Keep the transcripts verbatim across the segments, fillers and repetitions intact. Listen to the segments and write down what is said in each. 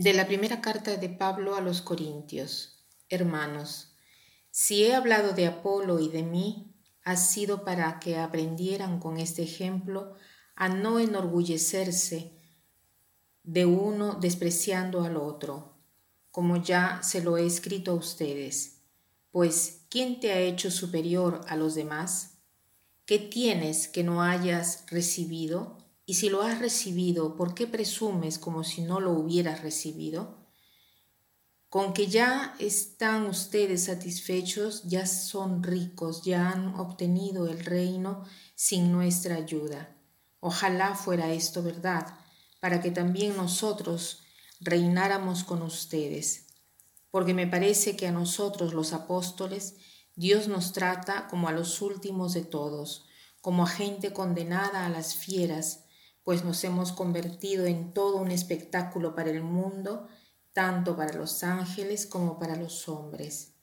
De la primera carta de Pablo a los Corintios. Hermanos, si he hablado de Apolo y de mí, ha sido para que aprendieran con este ejemplo a no enorgullecerse de uno despreciando al otro, como ya se lo he escrito a ustedes. Pues, ¿quién te ha hecho superior a los demás? ¿Qué tienes que no hayas recibido? Y si lo has recibido, ¿por qué presumes como si no lo hubieras recibido? Con que ya están ustedes satisfechos, ya son ricos, ya han obtenido el reino sin nuestra ayuda. Ojalá fuera esto verdad, para que también nosotros reináramos con ustedes. Porque me parece que a nosotros los apóstoles Dios nos trata como a los últimos de todos, como a gente condenada a las fieras, pues nos hemos convertido en todo un espectáculo para el mundo, tanto para los ángeles como para los hombres.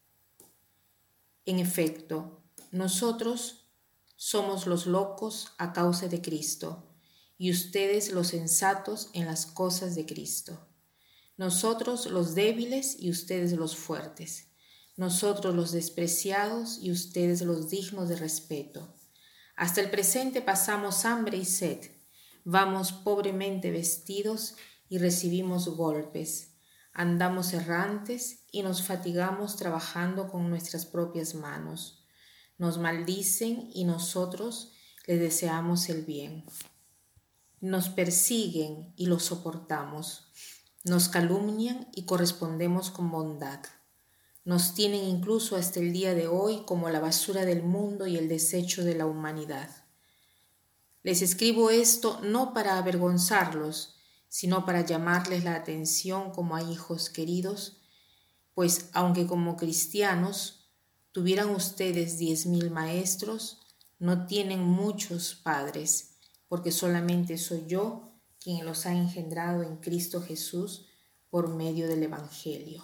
En efecto, nosotros somos los locos a causa de Cristo, y ustedes los sensatos en las cosas de Cristo. Nosotros los débiles y ustedes los fuertes. Nosotros los despreciados y ustedes los dignos de respeto. Hasta el presente pasamos hambre y sed. Vamos pobremente vestidos y recibimos golpes. Andamos errantes y nos fatigamos trabajando con nuestras propias manos. Nos maldicen y nosotros les deseamos el bien. Nos persiguen y lo soportamos. Nos calumnian y correspondemos con bondad. Nos tienen incluso hasta el día de hoy como la basura del mundo y el desecho de la humanidad. Les escribo esto no para avergonzarlos, sino para llamarles la atención como a hijos queridos, pues aunque como cristianos tuvieran ustedes diez mil maestros, no tienen muchos padres, porque solamente soy yo quien los ha engendrado en Cristo Jesús por medio del Evangelio.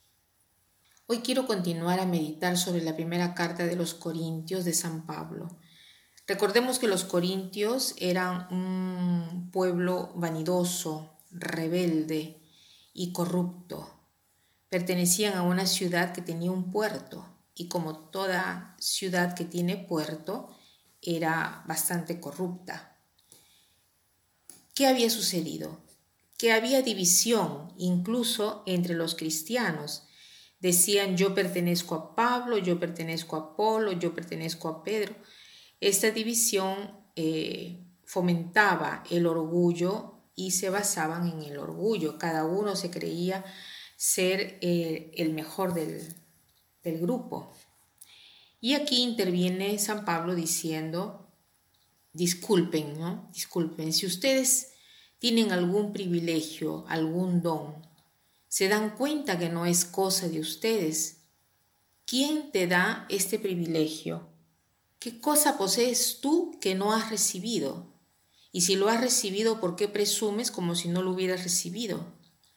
Hoy quiero continuar a meditar sobre la primera carta de los Corintios de San Pablo. Recordemos que los corintios eran un pueblo vanidoso, rebelde y corrupto. Pertenecían a una ciudad que tenía un puerto y como toda ciudad que tiene puerto, era bastante corrupta. ¿Qué había sucedido? Que había división incluso entre los cristianos. Decían yo pertenezco a Pablo, yo pertenezco a Apolo, yo pertenezco a Pedro. Esta división eh, fomentaba el orgullo y se basaban en el orgullo. Cada uno se creía ser eh, el mejor del, del grupo. Y aquí interviene San Pablo diciendo, disculpen, ¿no? Disculpen, si ustedes tienen algún privilegio, algún don, se dan cuenta que no es cosa de ustedes. ¿Quién te da este privilegio? ¿Qué cosa posees tú que no has recibido? Y si lo has recibido, ¿por qué presumes como si no lo hubieras recibido?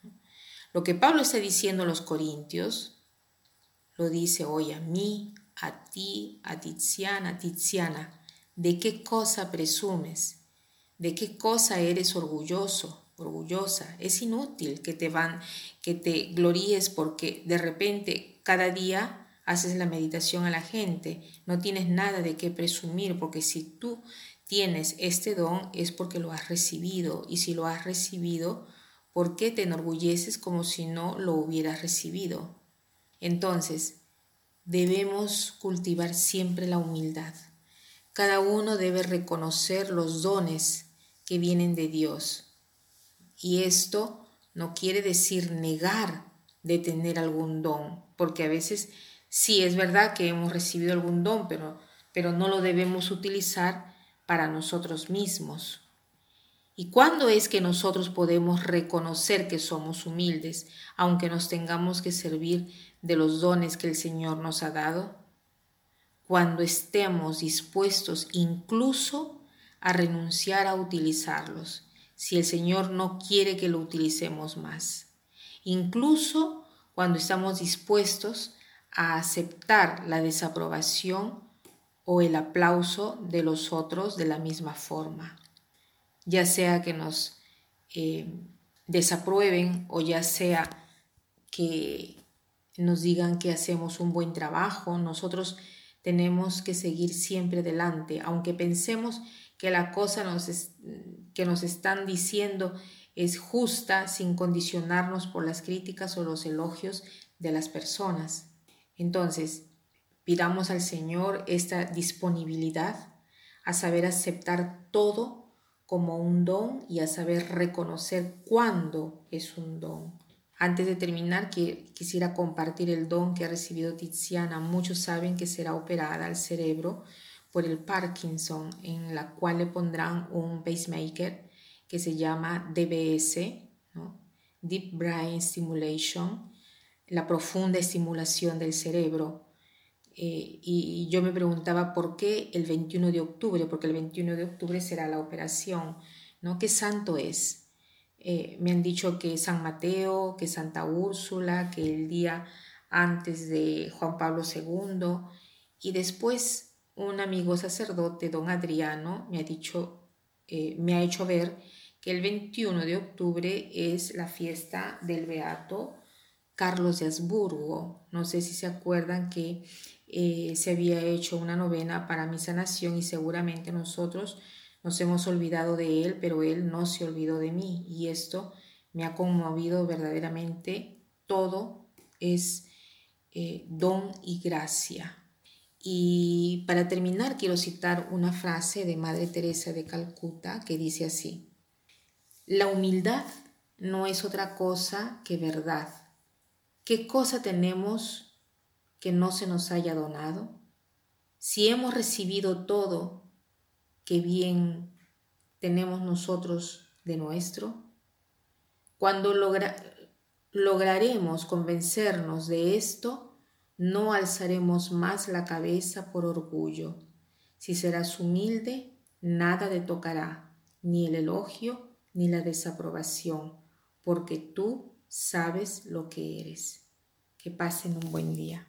Lo que Pablo está diciendo a los corintios, lo dice hoy a mí, a ti, a Tiziana, a Tiziana. ¿De qué cosa presumes? ¿De qué cosa eres orgulloso, orgullosa? Es inútil que te van, que te gloríes porque de repente cada día haces la meditación a la gente, no tienes nada de qué presumir, porque si tú tienes este don es porque lo has recibido, y si lo has recibido, ¿por qué te enorgulleces como si no lo hubieras recibido? Entonces, debemos cultivar siempre la humildad. Cada uno debe reconocer los dones que vienen de Dios. Y esto no quiere decir negar de tener algún don, porque a veces sí es verdad que hemos recibido algún don, pero, pero no lo debemos utilizar para nosotros mismos. ¿Y cuándo es que nosotros podemos reconocer que somos humildes, aunque nos tengamos que servir de los dones que el Señor nos ha dado? Cuando estemos dispuestos incluso a renunciar a utilizarlos, si el Señor no quiere que lo utilicemos más. Incluso cuando estamos dispuestos a aceptar la desaprobación o el aplauso de los otros de la misma forma, ya sea que nos eh, desaprueben o ya sea que nos digan que hacemos un buen trabajo, nosotros tenemos que seguir siempre adelante, aunque pensemos que la cosa nos es, que nos están diciendo es justa, sin condicionarnos por las críticas o los elogios de las personas. Entonces, pidamos al Señor esta disponibilidad a saber aceptar todo como un don y a saber reconocer cuándo es un don. Antes de terminar, que quisiera compartir el don que ha recibido Tiziana. Muchos saben que será operada al cerebro por el Parkinson, en la cual le pondrán un pacemaker que se llama D B S, ¿no? Deep Brain Stimulation, la profunda estimulación del cerebro. Eh, y, y yo me preguntaba por qué el veintiuno de octubre, porque el veintiuno de octubre será la operación, ¿no? ¿Qué santo es? Eh, me han dicho que San Mateo, que Santa Úrsula, que el día antes de Juan Pablo segundo. Y después un amigo sacerdote, don Adriano, me ha dicho, eh, me ha hecho ver que el veintiuno de octubre es la fiesta del beato Carlos de Habsburgo. No sé si se acuerdan que eh, se había hecho una novena para mi sanación y seguramente nosotros nos hemos olvidado de él, pero él no se olvidó de mí y esto me ha conmovido verdaderamente. Todo es eh, don y gracia. Y para terminar quiero citar una frase de Madre Teresa de Calcuta que dice así: la humildad no es otra cosa que verdad. ¿Qué cosa tenemos que no se nos haya donado? Si hemos recibido todo, ¿qué bien tenemos nosotros de nuestro? Cuando logra, lograremos convencernos de esto, no alzaremos más la cabeza por orgullo. Si serás humilde, nada te tocará, ni el elogio ni la desaprobación, porque tú sabes lo que eres. Que pasen un buen día.